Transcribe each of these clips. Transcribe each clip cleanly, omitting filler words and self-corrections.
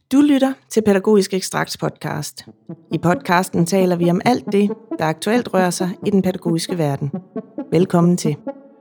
Du lytter til Pædagogisk Ekstrakts podcast. I podcasten taler vi om alt det, der aktuelt rører sig i den pædagogiske verden. Velkommen til.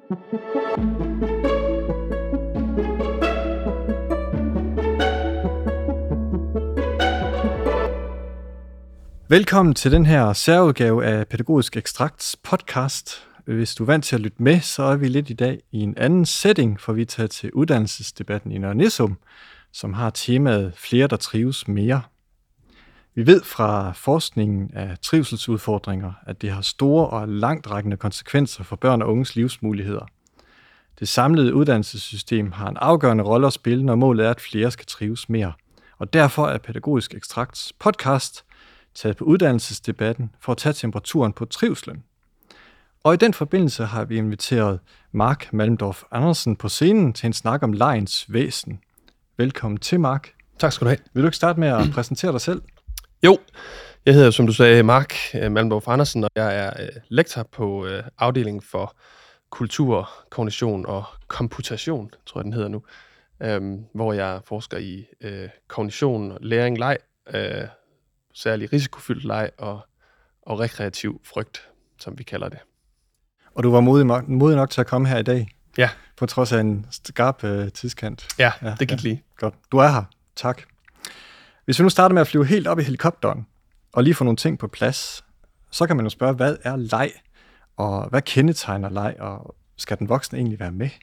Velkommen til den her særudgave af Pædagogisk Ekstrakts podcast. Hvis du er vant til at lytte med, så er vi lidt i dag i en anden setting, for vi er taget til uddannelsesdebatten i Nørre Nissum, som har temaet Flere, der trives mere. Vi ved fra forskningen af trivselsudfordringer, at det har store og langtrækkende konsekvenser for børn og unges livsmuligheder. Det samlede uddannelsessystem har en afgørende rolle at spille, når målet er, at flere skal trives mere. Og derfor er Pædagogisk Ekstrakts podcast taget på uddannelsesdebatten for at tage temperaturen på trivslen. Og i den forbindelse har vi inviteret Mark Malmdorf Andersen på scenen til en snak om legens væsen. Velkommen til, Mark. Tak skal du have. Vil du ikke starte med at præsentere dig selv? Jo, jeg hedder, som du sagde, Mark Malmdorf Andersen, og jeg er lektor på afdelingen for kultur, kognition og komputation, tror jeg den hedder nu, hvor jeg forsker i kognition, læring, leg, særlig risikofyldt leg og rekreativ frygt, som vi kalder det. Og du var modig nok til at komme her i dag? Ja. På trods af en skarp tidskant? Ja, det gik lige. Godt. Du er her. Tak. Hvis vi nu starter med at flyve helt op i helikopteren, og lige få nogle ting på plads, så kan man jo spørge, hvad er leg? Og hvad kendetegner leg? Og skal den voksne egentlig være med?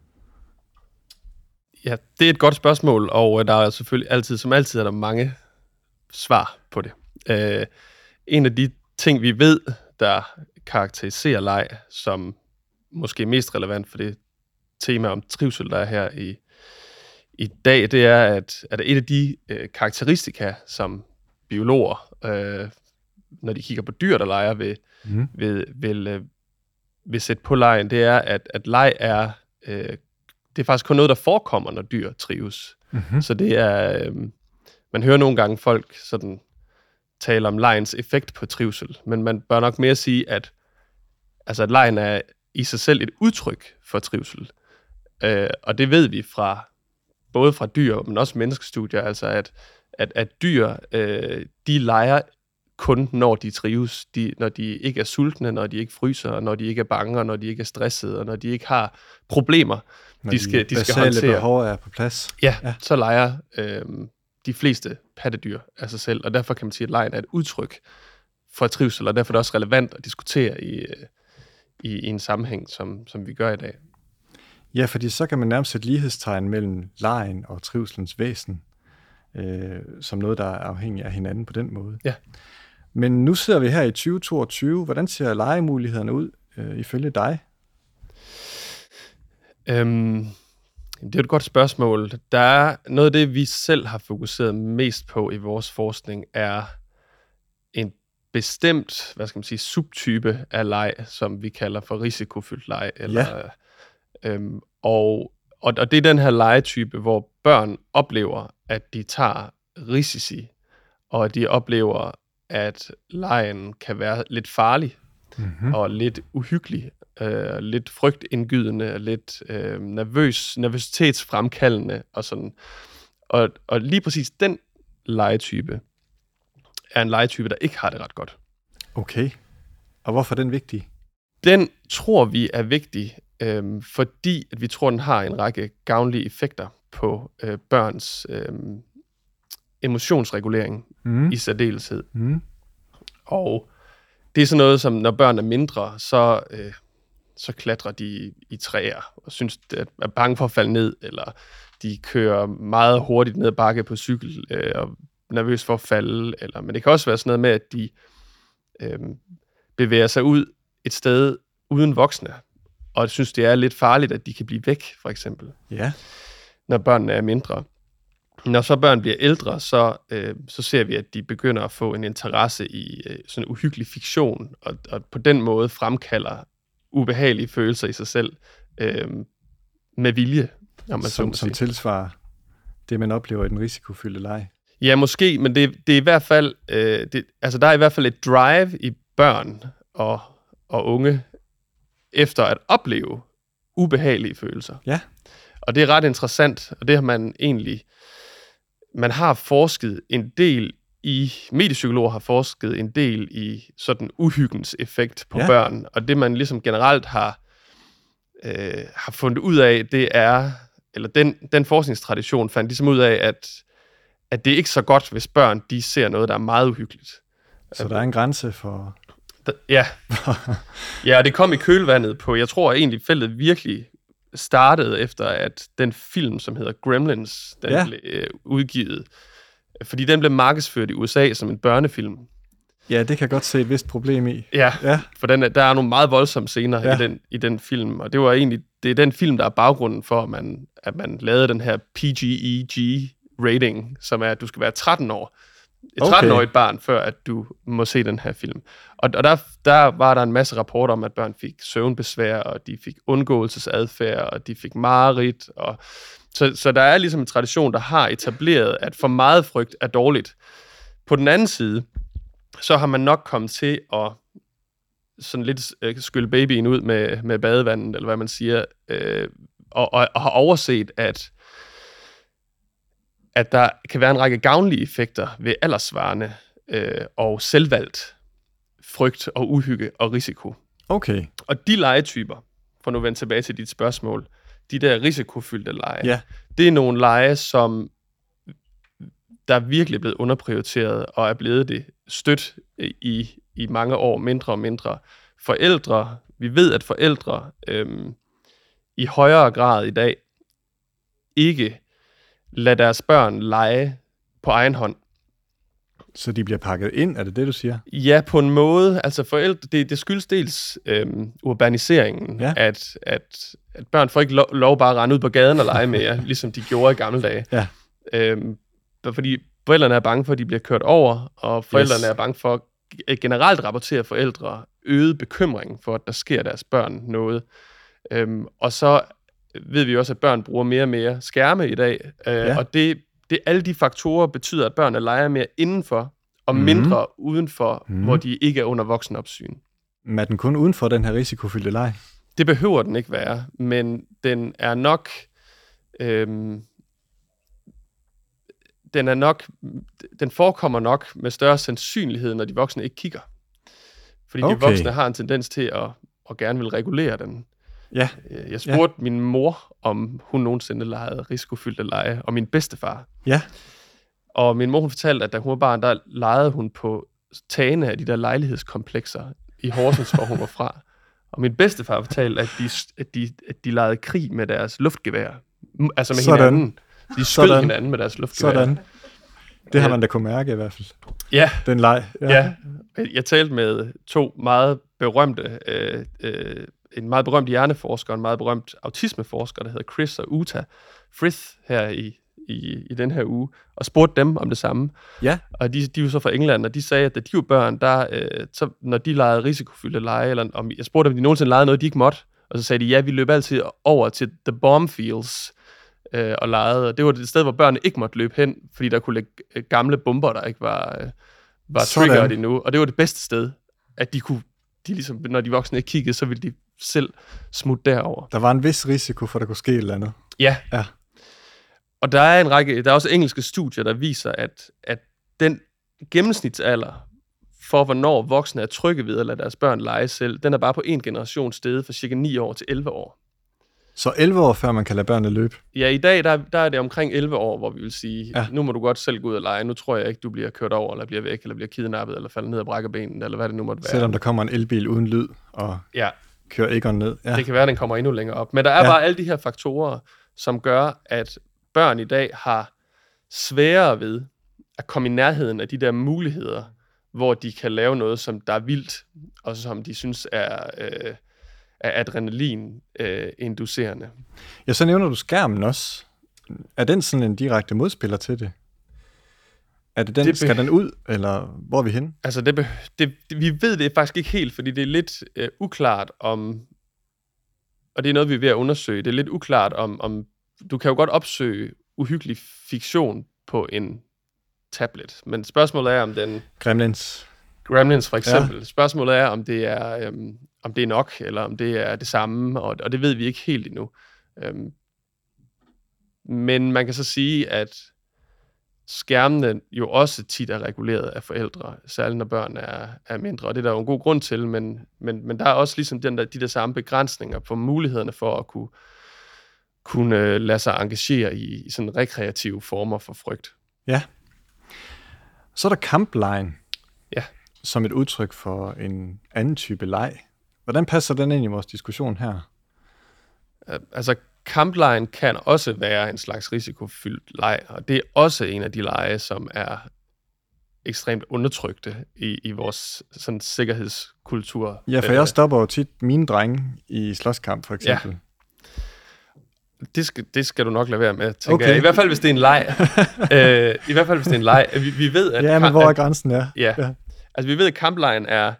Ja, det er et godt spørgsmål, og der er selvfølgelig altid er der mange svar på det. En af de ting, vi ved, der karakteriserer leg, som måske mest relevant for det tema om trivsel, der er her i dag, det er, at et af de karakteristika, som biologer, når de kigger på dyr, der leger, vil sætte på legen, det er, at leg er, det er faktisk kun noget, der forekommer, når dyr trives. Mm-hmm. Så det er, man hører nogle gange folk sådan tale om legens effekt på trivsel, men man bør nok mere sige, at legen er i sig selv et udtryk for trivsel. Og det ved vi både fra dyr, men også menneskestudier, altså at dyr, de leger kun, når de trives, når de ikke er sultne, når de ikke fryser, når de ikke er bange, og når de ikke er stressede, og når de ikke har problemer, de skal håndtere. Behov er på plads. Ja, så leger de fleste pattedyr af sig selv, og derfor kan man sige, at legen er et udtryk for trivsel, og derfor er det også relevant at diskutere i en sammenhæng, som vi gør i dag. Ja, fordi så kan man nærmest sætte lighedstegn mellem legen og trivselens væsen, som noget, der er afhængig af hinanden på den måde. Ja. Men nu sidder vi her i 2022. Hvordan ser legemulighederne ud ifølge dig? Det er et godt spørgsmål. Der er noget af det, vi selv har fokuseret mest på i vores forskning, er en bestemt, subtype af leg, som vi kalder for risikofyldt leg. Og det er den her legetype, hvor børn oplever, at de tager risici, og at de oplever, at legen kan være lidt farlig, og lidt uhyggelig, lidt frygtindgydende, lidt nervøsitetsfremkaldende og sådan. Og lige præcis den legetype er en legetype, der ikke har det ret godt. Okay. Og hvorfor er den vigtig? Den tror vi er vigtig, fordi at vi tror, den har en række gavnlige effekter på børns emotionsregulering i særdeleshed. Og det er sådan noget, som når børn er mindre, så klatrer de i træer og synes, at er bange for at falde ned, eller de kører meget hurtigt ned ad bakke på cykel og nervøs for at falde. Men det kan også være sådan noget med, at de bevæger sig ud et sted uden voksne, og jeg synes, det er lidt farligt, at de kan blive væk, for eksempel, når børnene er mindre. Når så børn bliver ældre, så ser vi, at de begynder at få en interesse i sådan en uhyggelig fiktion, og på den måde fremkalder ubehagelige følelser i sig selv med vilje. Som tilsvarer det, man oplever i den risikofyldte leg. Ja, måske, men det er i hvert fald, der er i hvert fald et drive i børn og unge efter at opleve ubehagelige følelser. Ja. Og det er ret interessant, og det har man egentlig man har forsket en del mediepsykologer har forsket en del i sådan uhyggens effekt på børn, og det man ligesom generelt har fundet ud af, det er, eller den forskningstradition fandt ligesom ud af, at det er ikke så godt, hvis børn, de ser noget, der er meget uhyggeligt. Så der er en grænse for... Ja. Ja, og det kom i kølvandet på, jeg tror egentlig feltet virkelig startede efter, at den film, som hedder Gremlins, den blev udgivet, fordi den blev markedsført i USA som en børnefilm. Ja, det kan jeg godt se et vist problem i. Ja. For der er nogle meget voldsomme scener i den film, og det er den film, der er baggrunden for, at man lavede den her PGEG-rating, som er, at du skal være 13 år. Et 13-årigt barn, før at du må se den her film. Og der var der en masse rapporter om, at børn fik søvnbesvær, og de fik undgåelsesadfærd, og de fik mareridt. Så der er ligesom en tradition, der har etableret, at for meget frygt er dårligt. På den anden side, så har man nok kommet til at sådan lidt skylle babyen ud med badevandet, eller hvad man siger, og har overset, at der kan være en række gavnlige effekter ved alderssvarende og selvvalgt frygt og uhygge og risiko. Okay. Og de legetyper, for nu at vende tilbage til dit spørgsmål, de der risikofyldte lege, det er nogle lege, som der er virkelig blevet underprioriteret og er blevet det stødt i mange år, mindre og mindre. Vi ved, at forældre i højere grad i dag ikke lader deres børn lege på egen hånd. Så de bliver pakket ind, er det det, du siger? Ja, på en måde. Altså forældre, det skyldes dels urbaniseringen, at børn får ikke lov bare at rende ud på gaden og lege mere, ligesom de gjorde i gamle dage. Ja. Fordi forældrene er bange for, at de bliver kørt over, og forældrene er bange for at generelt rapportere forældre øget bekymring for, at der sker deres børn noget. Og så ved vi også, at børn bruger mere og mere skærme i dag, og alle de faktorer betyder, at børnene leger mere indenfor og mindre udenfor, hvor de ikke er under voksenopsyn. Men er den kun udenfor, den her risikofyldte leg? Det behøver den ikke være, men den er nok... Den forekommer nok med større sandsynlighed, når de voksne ikke kigger. Fordi de voksne har en tendens til at gerne vil regulere den. Ja. Jeg spurgte min mor, om hun nogensinde legede risikofyldte lege, og min bedstefar. Ja. Og min mor, hun fortalte, at da hun var barn, der legede hun på tagene af de der lejlighedskomplekser i Horsens, hvor hun var fra. Og min bedstefar fortalte, at de legede krig med deres luftgevær. Altså med hinanden. De skød hinanden med deres luftgevær. Sådan. Det har man da kunne mærke i hvert fald. Ja. Den leg. Ja. Jeg talte med to meget berømte, en meget berømt hjerneforsker og en meget berømt autismeforsker, der hedder Chris og Uta Frith her i den her uge, og spurgte dem om det samme. Ja. Og de er jo så fra England, og de sagde, at da de var børn, så når de legede risikofyldte lege, eller om jeg spurgte dem, om de nogensinde legede noget, de ikke måtte, og så sagde de, ja, vi løb altid over til the bomb fields, og legede. Og det var det sted, hvor børnene ikke måtte løbe hen, fordi der kunne ligge gamle bomber, der ikke var triggeret endnu. Og det var det bedste sted, at de ligesom, når de voksne ikke kiggede, så ville de selv smutte derover. Der var en vis risiko for, at der kunne ske et eller andet. Ja. Og der er også engelske studier, der viser, at den gennemsnitsalder for, hvornår voksne er trygge ved at lade deres børn lege selv, den er bare på en generation steget fra cirka 9 år til 11 år. Så 11 år, før man kan lade børnene løbe? Ja, i dag der er det omkring 11 år, hvor vi vil sige, nu må du godt selv gå ud og lege. Nu tror jeg ikke, du bliver kørt over, eller bliver væk, eller bliver kidnappet, eller falder ned og brækker benene, eller hvad det nu måtte være. Selvom der kommer en elbil uden lyd og kører Egon ned. Ja. Det kan være, at den kommer endnu længere op. Men der er bare alle de her faktorer, som gør, at børn i dag har sværere ved at komme i nærheden af de der muligheder, hvor de kan lave noget, som der er vildt, og som de synes er adrenalin-inducerende. Ja, så nævner du skærmen også. Er den sådan en direkte modspiller til det? Er det den, skal den ud, eller hvor er vi henne? Altså, vi ved det faktisk ikke helt, fordi det er lidt uklart om, og det er noget, vi er ved at undersøge, det er lidt uklart om du kan jo godt opsøge uhyggelig fiktion på en tablet, men spørgsmålet er, om den... Gremlins for eksempel. Ja. Spørgsmålet er, om det er nok, eller om det er det samme, og det ved vi ikke helt endnu. Men man kan så sige, at skærmene jo også tit er reguleret af forældre, særligt når børn er mindre, og det er der jo en god grund til, men der er også ligesom de der samme begrænsninger på mulighederne for at kunne lade sig engagere i sådan rekreative former for frygt. Ja. Så er der kamplegen, ja, som et udtryk for en anden type leg. Hvordan passer den ind i vores diskussion her? Altså, kamplegen kan også være en slags risikofyldt leg, og det er også en af de lege, som er ekstremt undertrykte i vores sådan sikkerhedskultur. Ja, for jeg stopper jo tit mine drenge i slåskamp, for eksempel. Ja. Det skal du nok lade være med, tænker jeg. I hvert fald, hvis det er en leg. Vi ved, at... Ja, men hvor er grænsen? Ja. Altså, vi ved, at kamplegen er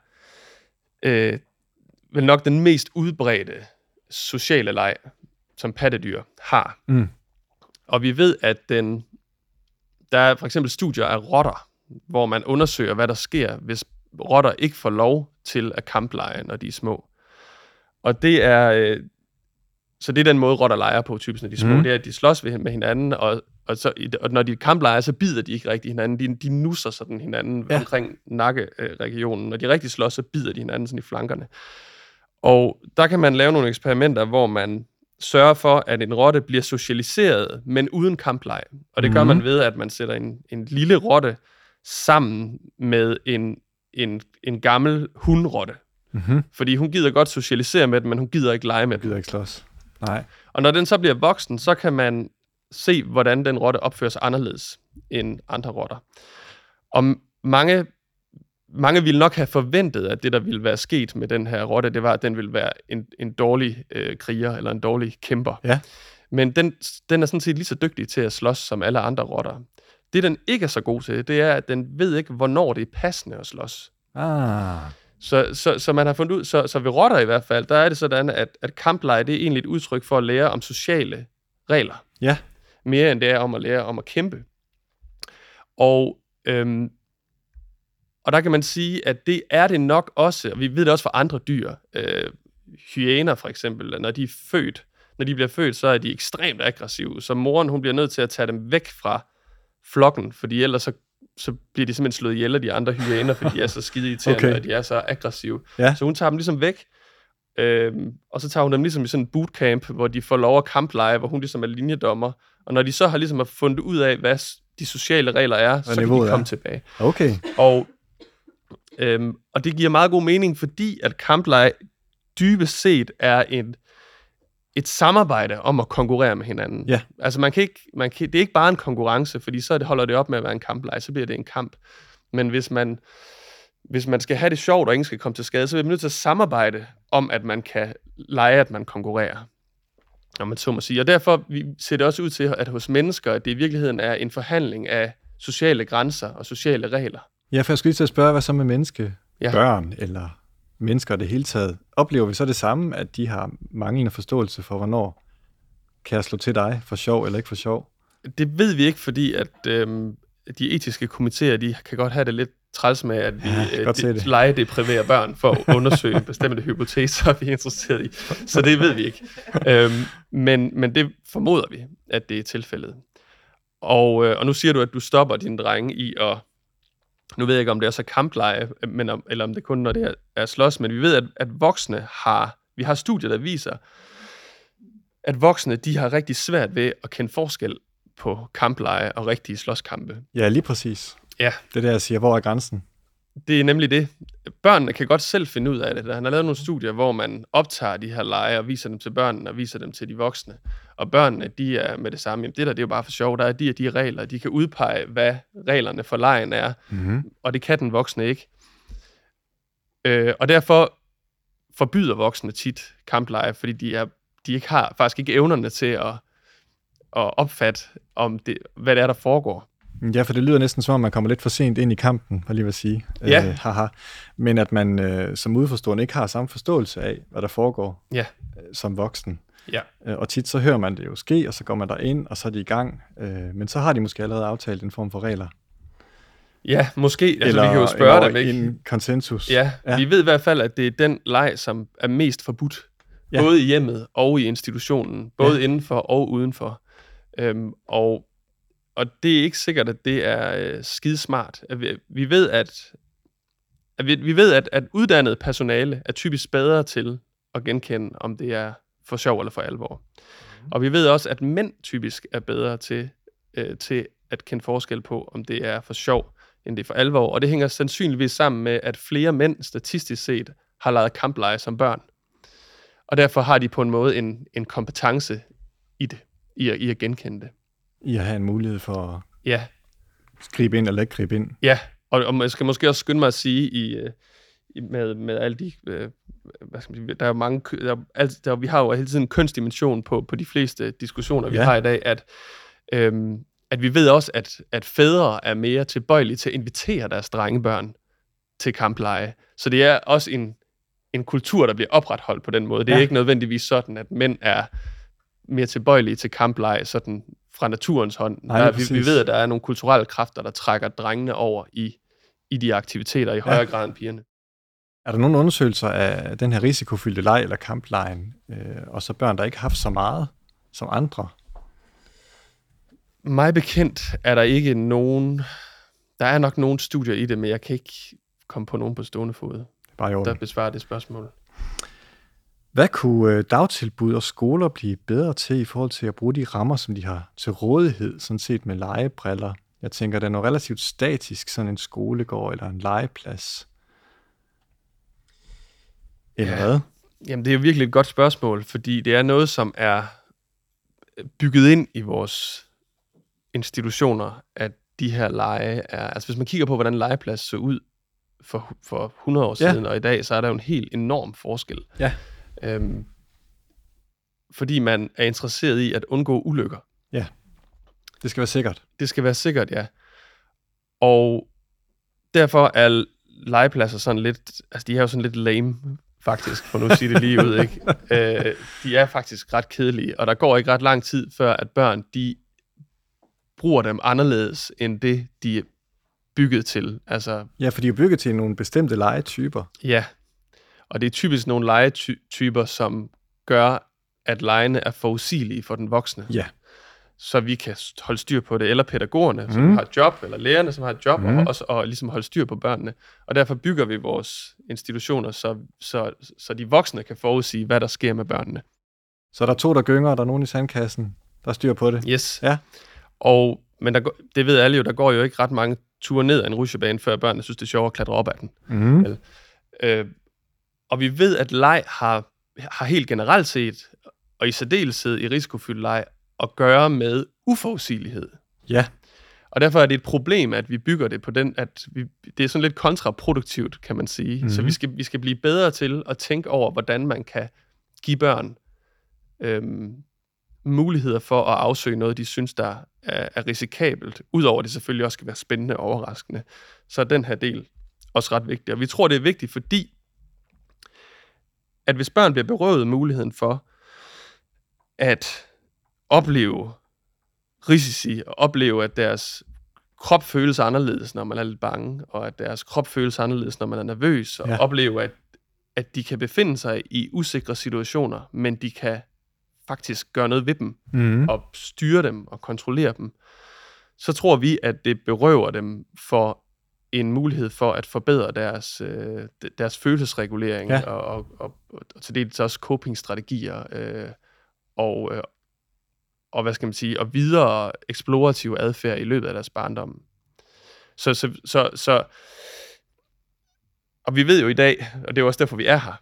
vel nok den mest udbredte sociale leg, som pattedyr har. Mm. Og vi ved, at der er for eksempel studier af rotter, hvor man undersøger, hvad der sker, hvis rotter ikke får lov til at kamplege, når de er små. Og det er... Så det er den måde, rotter leger på, typisk når de er små. Det er, at de slås med hinanden, og når de kamplejer, så bider de ikke rigtig hinanden. De nusser sådan hinanden omkring nakkeregionen. Når de rigtig slås, så bider de hinanden sådan i flankerne. Og der kan man lave nogle eksperimenter, hvor man sørger for, at en rotte bliver socialiseret, men uden kampleje. Og det gør man ved, at man sætter en lille rotte sammen med en gammel hundrotte. Mm-hmm. Fordi hun gider godt socialisere med den, men hun gider ikke lege med den. Gider ikke slås. Nej. Og når den så bliver voksen, så kan man se, hvordan den rotte opfører sig anderledes end andre rotter. Og mange ville nok have forventet, at det, der ville være sket med den her rotte, det var, at den ville være en dårlig kriger, eller en dårlig kæmper. Ja. Men den er sådan set lige så dygtig til at slås som alle andre rotter. Det, den ikke er så god til, det er, at den ved ikke, hvornår det er passende at slås. Så man har fundet ud, så ved rotter i hvert fald, der er det sådan, at kampleje, det er egentlig et udtryk for at lære om sociale regler. Ja. Mere end det er om at lære om at kæmpe. Og der kan man sige, at det er det nok også, og vi ved det også fra andre dyr. Hyæner for eksempel, når de bliver født, så er de ekstremt aggressive. Så moren, hun bliver nødt til at tage dem væk fra flokken, fordi ellers så bliver de simpelthen slået ihjel af de andre hyæner, fordi de er så skide irriterende, og de er så aggressive. Ja. Så hun tager dem ligesom væk, og så tager hun dem ligesom i sådan en bootcamp, hvor de får lov at kampleje, hvor hun ligesom er linjedommer. Og når de så har ligesom fundet ud af, hvad de sociale regler er, så kan de komme tilbage. Okay. Og det giver meget god mening, fordi at kampleje dybest set er et samarbejde om at konkurrere med hinanden. Ja. Altså det er ikke bare en konkurrence, fordi så holder det op med at være en kampleje, så bliver det en kamp. Men hvis man skal have det sjovt, og ingen skal komme til skade, så bliver man nødt til at samarbejde om, at man kan lege, at man konkurrerer. Om man så må sige. Og derfor ser det også ud til, at hos mennesker, at det i virkeligheden er en forhandling af sociale grænser og sociale regler. Ja, for jeg skulle lige til at spørge, hvad så med børn eller mennesker det hele taget? Oplever vi så det samme, at de har manglende forståelse for, hvornår kan jeg slå til dig for sjov eller ikke for sjov? Det ved vi ikke, fordi at de etiske komitéer, de kan godt have det lidt træls med, at vi legedepriverer børn for at undersøge bestemte hypoteser, vi er interesseret i. Så det ved vi ikke. Men det formoder vi, at det er tilfældet. Og nu siger du, at du stopper dine drenge i at... Nu ved jeg ikke, om det er så kampleje, eller om det kun, når det er slås, men vi ved, at voksne vi har studier, der viser, at voksne, de har rigtig svært ved at kende forskel på kampleje og rigtige slåskampe. Ja, lige præcis. Ja. Det der, jeg siger, hvor er grænsen? Det er nemlig det. Børnene kan godt selv finde ud af det. Han har lavet nogle studier, hvor man optager de her lege og viser dem til børnene og viser dem til de voksne. Og børnene, de er med det samme. Jamen, det er jo bare for sjov. Der er de regler. De kan udpege, hvad reglerne for legen er. Mm-hmm. Og det kan den voksne ikke. Og derfor forbyder voksne tit kampleje, fordi de har faktisk ikke evnerne til at opfatte, hvad det er, der foregår. Ja, for det lyder næsten som om, man kommer lidt for sent ind i kampen, var lige vil sige. Ja. Men at man som udforstående ikke har samme forståelse af, hvad der foregår som voksen. Ja. Og tit så hører man det jo ske, og så går man derind, og så er de i gang. Men så har de måske allerede aftalt en form for regler. Ja, måske. Altså, vi kan jo spørge dem, ikke? En konsensus. Ja, vi ved i hvert fald, at det er den leg, som er mest forbudt. Ja. Både i hjemmet og i institutionen. Både indenfor og udenfor. og det er ikke sikkert, at det er skidesmart. Vi ved, at uddannet personale er typisk bedre til at genkende, om det er for sjov eller for alvor. Og vi ved også, at mænd typisk er bedre til at kende forskel på, om det er for sjov, end det er for alvor. Og det hænger sandsynligvis sammen med, at flere mænd statistisk set har leget kamplege som børn. Og derfor har de på en måde en kompetence i det, i at genkende det. I at have en mulighed for at gribe ind eller ikke gribe ind. Ja, og jeg skal måske også skynde mig at sige, med alle de, hvad skal man sige, der er mange, vi har jo hele tiden en kønsdimension på de fleste diskussioner, vi har i dag, at vi ved også, at fædre er mere tilbøjelige til at invitere deres drengebørn til kamplege. Så det er også en kultur, der bliver opretholdt på den måde. Det er ikke nødvendigvis sådan, at mænd er mere tilbøjelige til kamplege sådan fra naturens hånd. Vi ved, at der er nogle kulturelle kræfter, der trækker drengene over i de aktiviteter i højere grad end pigerne. Er der nogle undersøgelser af den her risikofyldte leg eller kamplegen, og så børn, der ikke har haft så meget som andre? Mig bekendt er der ikke nogen... Der er nok nogle studier i det, men jeg kan ikke komme på nogen på stående fod, der besvarer det spørgsmål. Hvad kunne dagtilbud og skoler blive bedre til i forhold til at bruge de rammer, som de har til rådighed, sådan set med legebriller? Jeg tænker, det er noget relativt statisk, sådan en skolegård eller en legeplads. Eller hvad? Jamen, det er jo virkelig et godt spørgsmål, fordi det er noget, som er bygget ind i vores institutioner, at de her lege er... Altså, hvis man kigger på, hvordan legeplads så ud for 100 år siden, og i dag, så er der jo en helt enorm forskel. Ja. Fordi man er interesseret i at undgå ulykker. Ja, det skal være sikkert. Det skal være sikkert, ja. Og derfor er legepladser sådan lidt... Altså, de er jo sådan lidt lame, faktisk, for nu at sige det lige ud, ikke? De er faktisk ret kedelige, og der går ikke ret lang tid, før at børn, de bruger dem anderledes, end det, de er bygget til. Altså, ja, for de er bygget til nogle bestemte legetyper. Ja, og det er typisk nogle legetyper, som gør, at legene er forudsigelige for den voksne. Ja. Så vi kan holde styr på det, eller pædagogerne, som har et job, eller lærerne, som har et job, og ligesom holde styr på børnene. Og derfor bygger vi vores institutioner, så de voksne kan forudsige, hvad der sker med børnene. Så der er 2, der gynger, og der er nogen i sandkassen, der styr på det? Yes. Ja. Men det ved alle jo, der går jo ikke ret mange ture ned ad en rutsjebane, før børnene synes, det er sjovt at klatre op ad den. Og vi ved, at leg har helt generelt set, og i særdeleshed i risikofyldt leg, at gøre med uforudsigelighed. Ja. Og derfor er det et problem, at vi bygger det på den, det er sådan lidt kontraproduktivt, kan man sige. Så vi skal blive bedre til at tænke over, hvordan man kan give børn muligheder for at afsøge noget, de synes, der er risikabelt. Udover det selvfølgelig også skal være spændende og overraskende. Så er den her del også ret vigtig. Og vi tror, det er vigtigt, fordi at hvis børn bliver berøvet muligheden for at opleve risici, og opleve, at deres krop føles anderledes, når man er lidt bange, og at deres krop føles anderledes, når man er nervøs, og opleve, at de kan befinde sig i usikre situationer, men de kan faktisk gøre noget ved dem, og styre dem, og kontrollere dem, så tror vi, at det berøver dem for en mulighed for at forbedre deres følelsesregulering, og til dels også coping-strategier, og hvad skal man sige, og videre eksplorativ adfærd i løbet af deres barndom. Så og vi ved jo i dag, og det er også derfor, vi er her,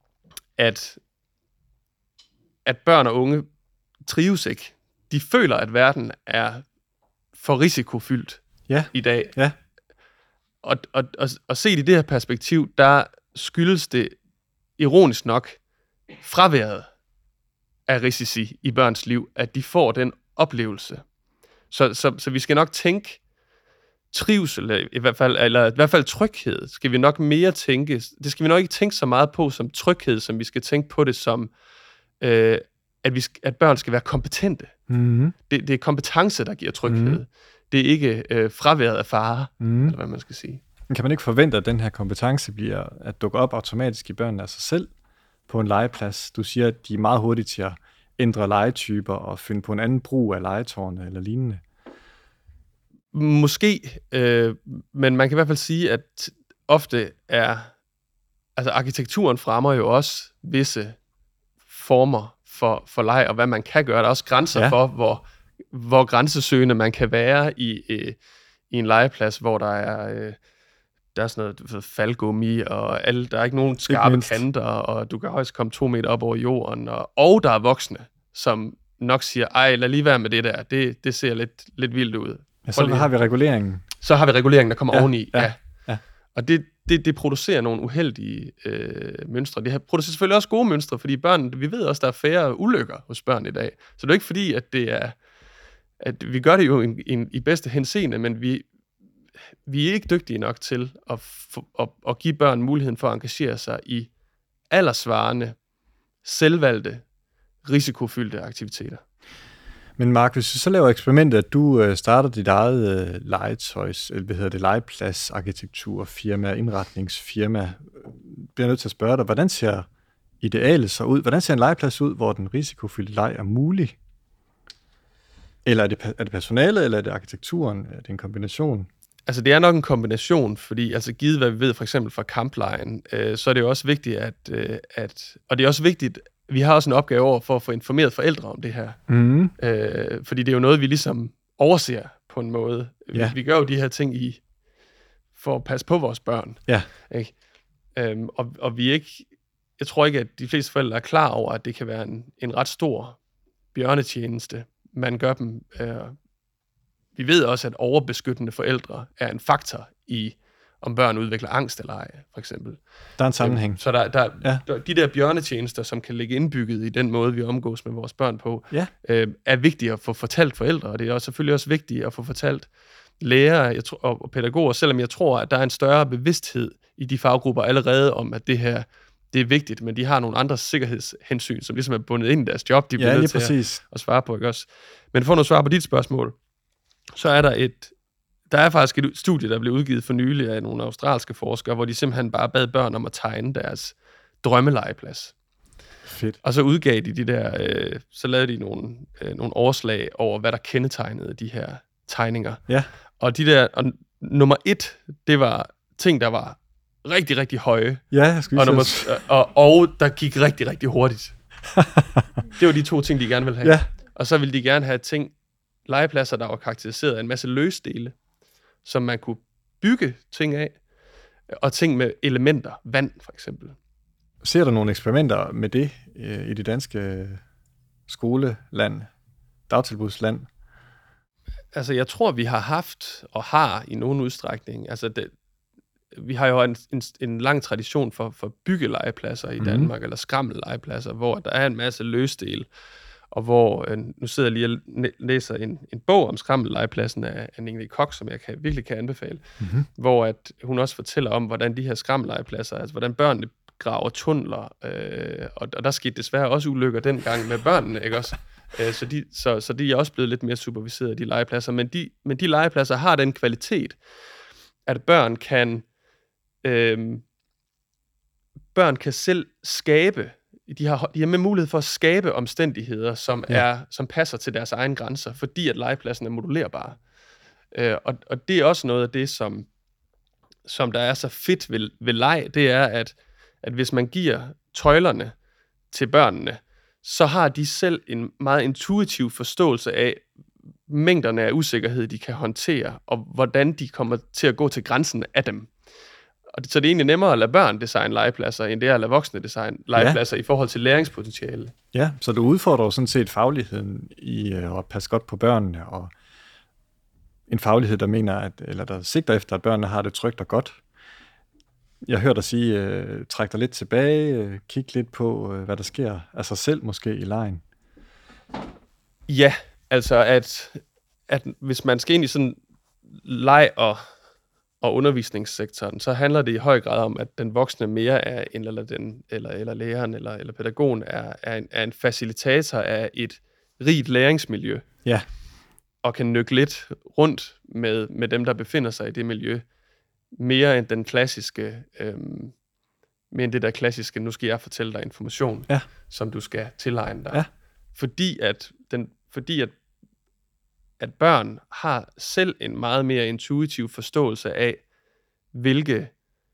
at børn og unge trives ikke. De føler, at verden er for risikofyldt i dag. Ja. Og set i det her perspektiv, der skyldes det ironisk nok fraværet af risici i børns liv, at de får den oplevelse. Så vi skal nok tænke trivsel, i hvert fald tryghed, skal vi nok mere tænke, det skal vi nok ikke tænke så meget på som tryghed, som vi skal tænke på det som, at børn skal være kompetente. Det er kompetence, der giver tryghed. Det er ikke fraværet af fare, eller hvad man skal sige. Men kan man ikke forvente, at den her kompetence bliver at dukke op automatisk i børnene af sig selv på en legeplads? Du siger, at de er meget hurtige til at ændre legetyper og finde på en anden brug af legetårne eller lignende. Måske, men man kan i hvert fald sige, at ofte altså arkitekturen fremmer jo også visse former for leg, og hvad man kan gøre. Der er også grænser for, hvor grænsesøgende man kan være i en legeplads, hvor der er sådan noget faldgummi, og der er ikke nogen skarpe kanter, og du kan højst komme 2 meter op over jorden, og der er voksne, som nok siger, ej, lad lige være med det der, det ser lidt vildt ud. Ja, så har vi reguleringen. Så har vi reguleringen, der kommer oveni. Ja. Og det producerer nogle uheldige mønstre. Det producerer selvfølgelig også gode mønstre, fordi børn, vi ved også, der er færre ulykker hos børn i dag. Så det er ikke fordi, at vi gør det jo i bedste henseende, men vi er ikke dygtige nok til at give børn muligheden for at engagere sig i alderssvarende, selvvalgte, risikofyldte aktiviteter. Men Mark, hvis du så laver eksperimentet, at du starter dit eget legepladsarkitekturfirma, indretningsfirma, bliver jeg nødt til at spørge dig, hvordan ser idealet så ud? Hvordan ser en legeplads ud, hvor den risikofyldte leg er mulig? Eller er det personalet, eller er det arkitekturen? Er det en kombination? Altså det er nok en kombination, fordi altså givet hvad vi ved for eksempel fra kamplejen, så er det jo også vigtigt, og det er også vigtigt, vi har også en opgave over for at få informeret forældre om det her. Fordi det er jo noget, vi ligesom overser på en måde. Ja. Vi gør jo de her ting for at passe på vores børn. Ja. Ikke? Og vi ikke, jeg tror ikke, at de fleste forældre er klar over, at det kan være en ret stor bjørnetjeneste, man gør dem. Vi ved også, at overbeskyttende forældre er en faktor i, om børn udvikler angst eller ej, for eksempel. Der er en sammenhæng. Så der de der bjørnetjenester, som kan ligge indbygget i den måde, vi omgås med vores børn på, er vigtige at få fortalt forældre, og det er selvfølgelig også vigtigt at få fortalt lærere og pædagoger, selvom jeg tror, at der er en større bevidsthed i de faggrupper allerede om, at det her, det er vigtigt, men de har nogle andre sikkerhedshensyn, som ligesom er bundet ind i deres job, de bliver nødt til at svare på, ikke også? Men for at svare på dit spørgsmål, så er der er faktisk et studie, der blev udgivet for nylig af nogle australske forskere, hvor de simpelthen bare bad børn om at tegne deres drømmelegeplads. Fedt. Og så udgav de der, så lavede de nogle overslag over, hvad der kendetegnede de her tegninger. Ja. Og nummer 1, det var ting, der var rigtig, rigtig høje. Ja, jeg skulle og der gik rigtig, rigtig hurtigt. Det var de 2 ting, de gerne ville have. Ja. Og så ville de gerne have legepladser, der var karakteriseret af en masse løsdele, som man kunne bygge ting af, og ting med elementer, vand for eksempel. Ser du nogle eksperimenter med det i det danske skoleland, dagtilbudsland? Altså jeg tror, vi har haft og har i nogen udstrækning, altså vi har jo en lang tradition for byggelegepladser i Danmark, eller skrammellegepladser, hvor der er en masse løsdele, og hvor, nu sidder jeg lige og læser en bog om skrammellegepladsen af Ingrid Koch, som jeg virkelig kan anbefale, hvor at hun også fortæller om, hvordan de her skrammellegepladser, altså hvordan børnene graver tunneler, og der skete desværre også ulykker dengang med børnene, ikke også? Så de er også blevet lidt mere superviseret, de legepladser, men de legepladser har den kvalitet, at børn kan selv skabe. De har med mulighed for at skabe omstændigheder, som passer til deres egne grænser, fordi at legepladsen er modulerbar. Og det er også noget af det, som der er så fedt ved leg, det er, at hvis man giver tøjlerne til børnene, så har de selv en meget intuitiv forståelse af mængderne af usikkerhed, de kan håndtere, og hvordan de kommer til at gå til grænsen af dem. Så det er egentlig nemmere at lade børn designe legepladser, end det er at lade voksne designe legepladser i forhold til læringspotentiale. Ja, så du udfordrer jo sådan set fagligheden i at passe godt på børnene, og en faglighed, der mener, eller der sigter efter, at børnene har det trygt og godt. Jeg hørte dig sige, træk dig lidt tilbage, kig lidt på, hvad der sker af sig selv måske i legen. Ja, altså at hvis man skal ind i sådan leg og undervisningssektoren, så handler det i høj grad om, at den voksne mere er eller læreren eller pædagogen er en facilitator af et rigt læringsmiljø. Ja. Og kan nykke lidt rundt med dem, der befinder sig i det miljø, mere end den klassiske, mere end det der klassiske, nu skal jeg fortælle dig information, som du skal tilegne dig. Ja. Fordi at at børn har selv en meget mere intuitiv forståelse af, hvilke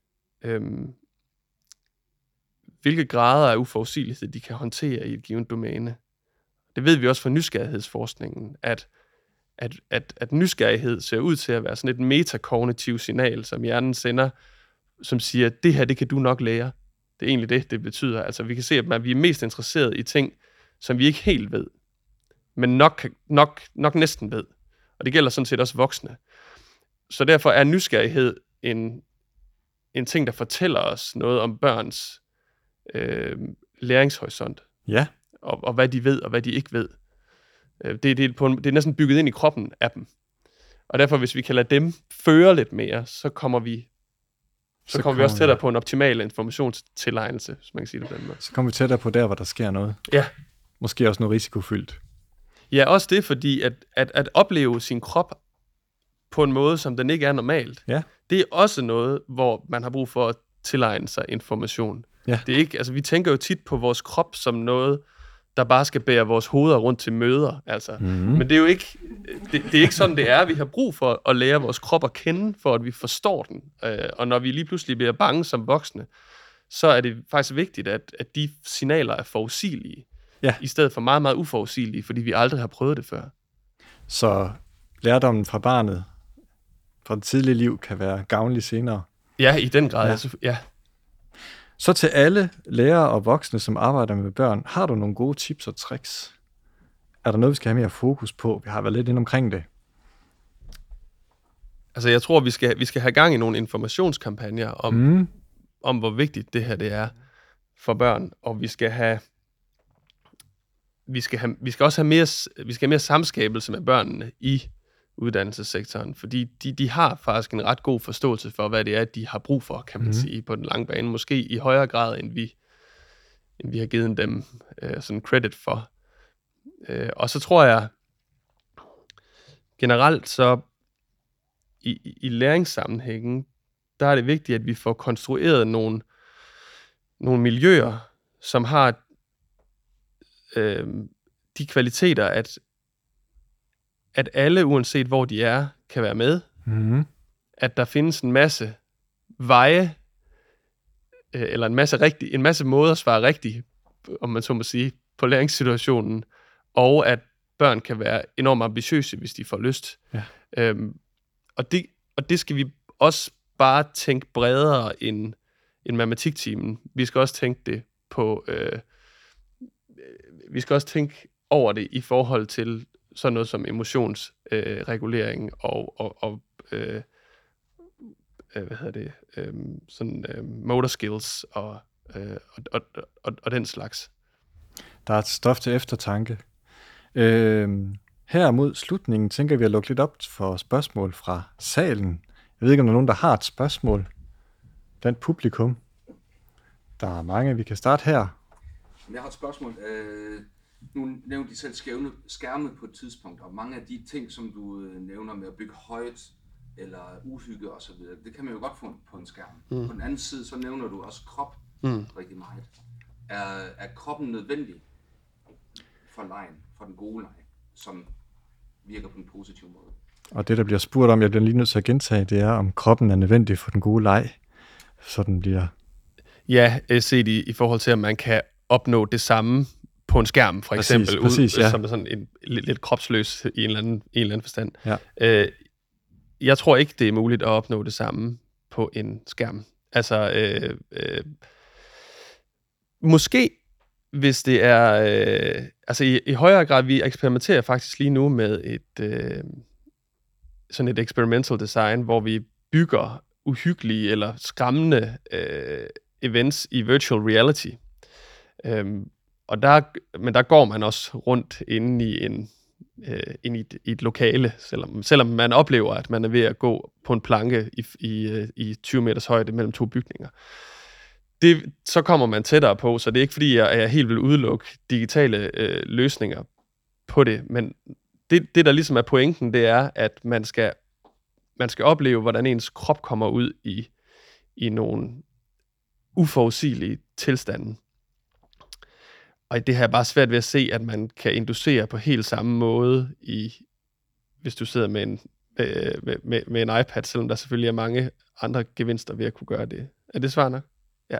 grader af uforudsigelighed de kan håndtere i et givet domæne. Det ved vi også fra nysgerrighedsforskningen, at nysgerrighed ser ud til at være sådan et metakognitivt signal, som hjernen sender, som siger, det her, det kan du nok lære. Det er egentlig det betyder. Altså, vi kan se, at vi er mest interesseret i ting, som vi ikke helt ved, men nok næsten ved. Og det gælder sådan set også voksne. Så derfor er nysgerrighed en ting, der fortæller os noget om børns læringshorisont. Ja. Og hvad de ved, og hvad de ikke ved. Det er næsten bygget ind i kroppen af dem. Og derfor, hvis vi kan lade dem føre lidt mere, så kommer vi også tættere på en optimal informationstilegnelse, hvis man kan sige det på den måde. Så kommer vi tættere på der, hvor der sker noget. Ja. Måske også noget risikofyldt. Ja, også det, fordi at opleve sin krop på en måde, som den ikke er normalt, det er også noget, hvor man har brug for at tilegne sig information. Ja. Det er ikke, altså, vi tænker jo tit på vores krop som noget, der bare skal bære vores hoveder rundt til møder. Altså. Men det er jo ikke, det er ikke sådan, det er. Vi har brug for at lære vores krop at kende, for at vi forstår den. Og når vi lige pludselig bliver bange som voksne, så er det faktisk vigtigt, at de signaler er forudsigelige, i stedet for meget, meget uforudsigelige, fordi vi aldrig har prøvet det før. Så lærdommen fra barnet, fra det tidlige liv, kan være gavnlig senere. Ja, i den grad. Altså, ja. Så til alle lærere og voksne, som arbejder med børn, har du nogle gode tips og tricks? Er der noget, vi skal have mere fokus på? Vi har været lidt inde omkring det. Altså, jeg tror, vi skal have gang i nogle informationskampagner om hvor vigtigt det her det er for børn, og vi skal også have mere samskabelse med børnene i uddannelsessektoren, fordi de har faktisk en ret god forståelse for, hvad det er, de har brug for, kan man sige, på den lange bane. Måske i højere grad, end vi har givet dem sådan credit for. Og så tror jeg, generelt så, i læringssammenhængen, der er det vigtigt, at vi får konstrueret nogle miljøer, som har de kvaliteter, at alle, uanset hvor de er, kan være med. At der findes en masse veje, eller en masse måder at svare rigtigt, om man så må sige, på læringssituationen, og at børn kan være enormt ambitiøse, hvis de får lyst. Ja. Og det skal vi også bare tænke bredere end matematiktimen. Vi skal også tænke det på... vi skal også tænke over det i forhold til sådan noget som emotionsregulering og motor skills og den slags. Der er et stof til eftertanke. Her mod slutningen tænker vi at lukke lidt op for spørgsmål fra salen. Jeg ved ikke, om der er nogen, der har et spørgsmål blandt publikum. Der er mange. Vi kan starte her. Jeg har et spørgsmål. Nu nævnte de selv skærme på et tidspunkt, og mange af de ting, som du nævner med at bygge højt, eller uhygge osv., det kan man jo godt få på en skærm. På den anden side, så nævner du også krop rigtig meget. Er kroppen nødvendig for legen, for den gode leg, som virker på en positiv måde? Og det, der bliver spurgt om, jeg bliver lige nødt til at gentage, det er, om kroppen er nødvendig for den gode leg, så den bliver... Ja, set i forhold til, at man kan opnå det samme på en skærm, for eksempel, præcis, som er sådan en lidt kropsløs i en eller anden forstand. Ja. Jeg tror ikke, det er muligt at opnå det samme på en skærm. Altså, måske, hvis det er... altså, i højere grad, vi eksperimenterer faktisk lige nu med sådan et experimental design, hvor vi bygger uhyggelige eller skræmmende events i virtual reality. Og der går man også rundt inde i et lokale, selvom man oplever, at man er ved at gå på en planke i 20 meters højde mellem to bygninger. Så kommer man tættere på, så det er ikke fordi, jeg helt vil udelukke digitale løsninger på det, men det, der ligesom er pointen, det er, at man skal opleve, hvordan ens krop kommer ud i nogle uforudsigelige tilstande. Og det her er bare svært ved at se, at man kan inducere på helt samme måde i hvis du sidder med en iPad, selvom der selvfølgelig er mange andre gevinster ved at kunne gøre det. Er det svar nok? Ja.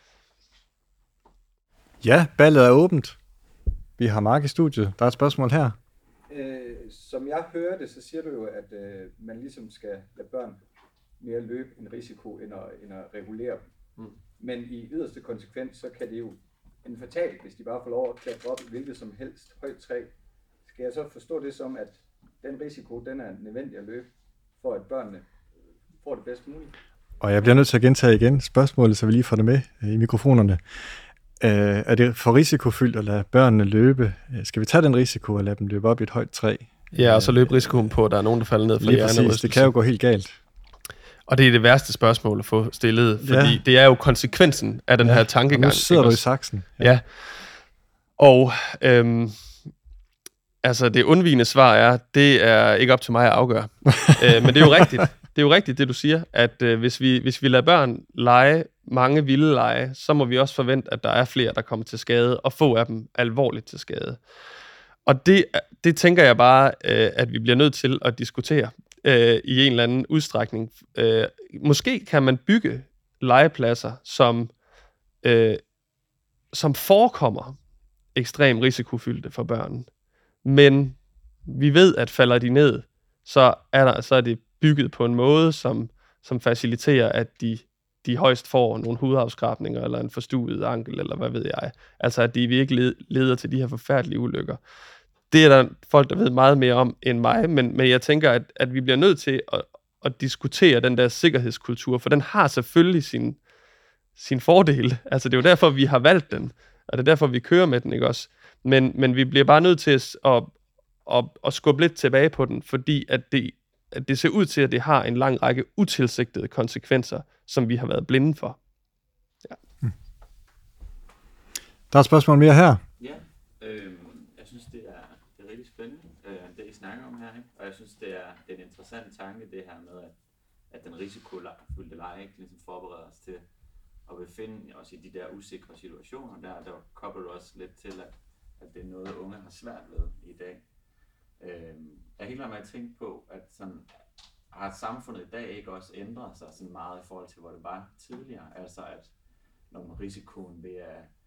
Ja, ballet er åbent. Vi har Mark i studiet. Der er et spørgsmål her. Som jeg hører det, så siger du jo, at man ligesom skal lade børn mere løbe en risiko, end at regulere dem. Men i yderste konsekvens, så kan det jo en fatalt, hvis de bare får lov at klatre op i hvilket som helst højt træ. Skal jeg så forstå det som, at den risiko, den er nødvendig at løbe, for at børnene får det bedst muligt? Og jeg bliver nødt til at gentage igen spørgsmålet, så vi lige får det med i mikrofonerne. Er det for risikofyldt at lade børnene løbe? Skal vi tage den risiko at lade dem løbe op i et højt træ? Ja, og så løbe risikoen på, at der er nogen, der falder ned fra hjernerystelse. Det kan jo gå helt galt. Og det er det værste spørgsmål at få stillet, fordi det er jo konsekvensen af den her tankegang. Og nu sidder du i saksen. Ja. Og altså det undvigende svar er, det er ikke op til mig at afgøre. Men det er jo rigtigt. Det er jo rigtigt, det du siger, at hvis vi lader børn lege mange vilde lege, så må vi også forvente, at der er flere, der kommer til skade, og få af dem alvorligt til skade. Og det tænker jeg bare, at vi bliver nødt til at diskutere i en eller anden udstrækning. Måske kan man bygge legepladser, som forekommer ekstremt risikofyldte for børn. Men vi ved, at falder de ned, så er det bygget på en måde, som faciliterer, at de højst får nogle hudafskrabninger, eller en forstuet ankel, eller hvad ved jeg. Altså, at de virkelig leder til de her forfærdelige ulykker. Det er der folk, der ved meget mere om end mig, men jeg tænker, at vi bliver nødt til at diskutere den der sikkerhedskultur, for den har selvfølgelig sin fordele. Altså, det er jo derfor, vi har valgt den, og det er derfor, vi kører med den, ikke også? Men vi bliver bare nødt til at skubbe lidt tilbage på den, fordi at det ser ud til, at det har en lang række utilsigtede konsekvenser, som vi har været blinde for. Ja. Der er et spørgsmål mere her. Ja, jeg synes, det er rigtig spændende, det I snakker om her, ikke? Og jeg synes, det er en interessant tanke, det her med, at den risikofyldte lege ikke ligesom forbereder os til at befinde os i de der usikre situationer. Der kobler du også lidt til, at det er noget, unge har svært ved i dag. Jeg er helt med at tænke på, at sådan, har samfundet i dag ikke også ændret sig sådan meget i forhold til, hvor det var tidligere? Altså, at når risikoen ved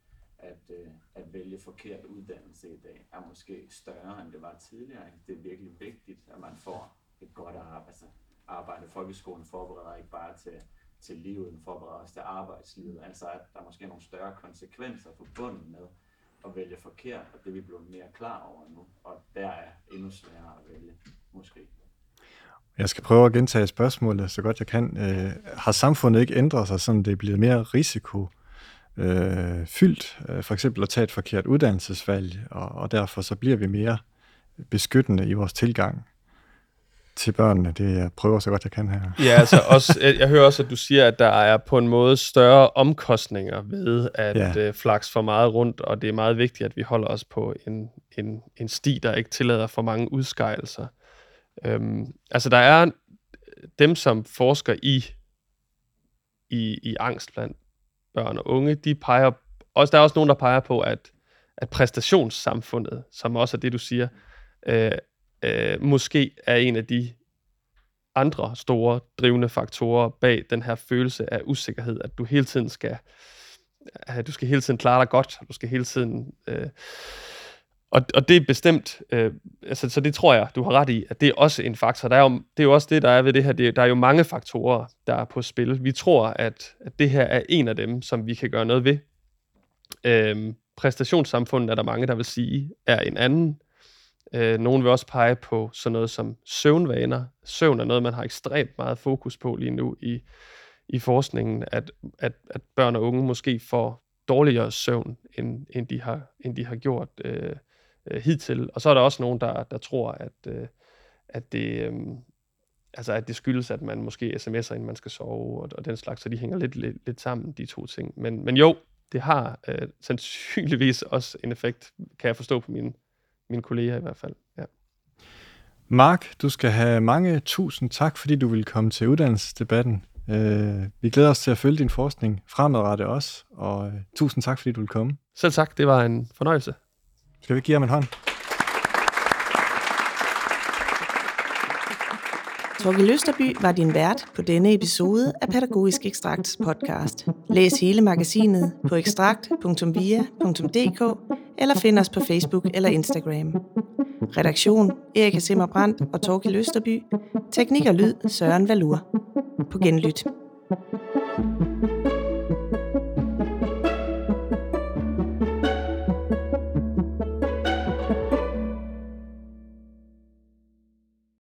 at vælge forkert uddannelse i dag er måske større, end det var tidligere. Det er virkelig vigtigt, at man får et godt arbejde. Folkeskolen forbereder ikke bare til livet, den forbereder os til arbejdslivet. Altså, at der måske er nogle større konsekvenser forbundet med at vælge forkert, og det er vi blevet mere klar over nu. Og der er endnu sværere at vælge, måske. Jeg skal prøve at gentage spørgsmålet så godt jeg kan. Har samfundet ikke ændret sig, så det er blevet mere risikofyldt, for eksempel at tage et forkert uddannelsesvalg, og derfor så bliver vi mere beskyttende i vores tilgang til børnene? Det jeg prøver så godt jeg kan her. Ja, altså også, jeg hører også, at du siger, at der er på en måde større omkostninger ved at flakse for meget rundt, og det er meget vigtigt, at vi holder os på en sti, der ikke tillader for mange udskejelser. Altså der er dem, som forsker i angst blandt børn og unge, de peger også, der er også nogen, der peger på, at præstationssamfundet, som også er det, du siger, måske er en af de andre store drivende faktorer bag den her følelse af usikkerhed, at du hele tiden skal klare dig godt, du skal hele tiden og det er bestemt, så det tror jeg, du har ret i, at det er også en faktor. Det er jo også det, der er ved det her. Der er jo mange faktorer, der er på spil. Vi tror, at det her er en af dem, som vi kan gøre noget ved. Præstationssamfundet er der mange, der vil sige, er en anden. Nogen vil også pege på sådan noget som søvnvaner. Søvn er noget, man har ekstremt meget fokus på lige nu i forskningen, at børn og unge måske får dårligere søvn, end de har gjort hidtil. Og så er der også nogen, der tror, at det skyldes, at man måske sms'er, inden man skal sove, og den slags, så de hænger lidt sammen, de to ting. Men jo, det har sandsynligvis også en effekt, kan jeg forstå på mine kolleger i hvert fald. Ja. Mark, du skal have mange tusind tak, fordi du ville komme til uddannelsesdebatten. Vi glæder os til at følge din forskning fremadrettet også, og tusind tak, fordi du ville komme. Selv tak, det var en fornøjelse. Skal vi give ham en hånd? Torkild Østerby var din vært på denne episode af Pædagogisk Ekstrakts podcast. Læs hele magasinet på ekstrakt.via.dk eller find os på Facebook eller Instagram. Redaktion Erika Simmer-Brandt og Torkild Østerby. Teknik og lyd Søren Valur. På genlyt.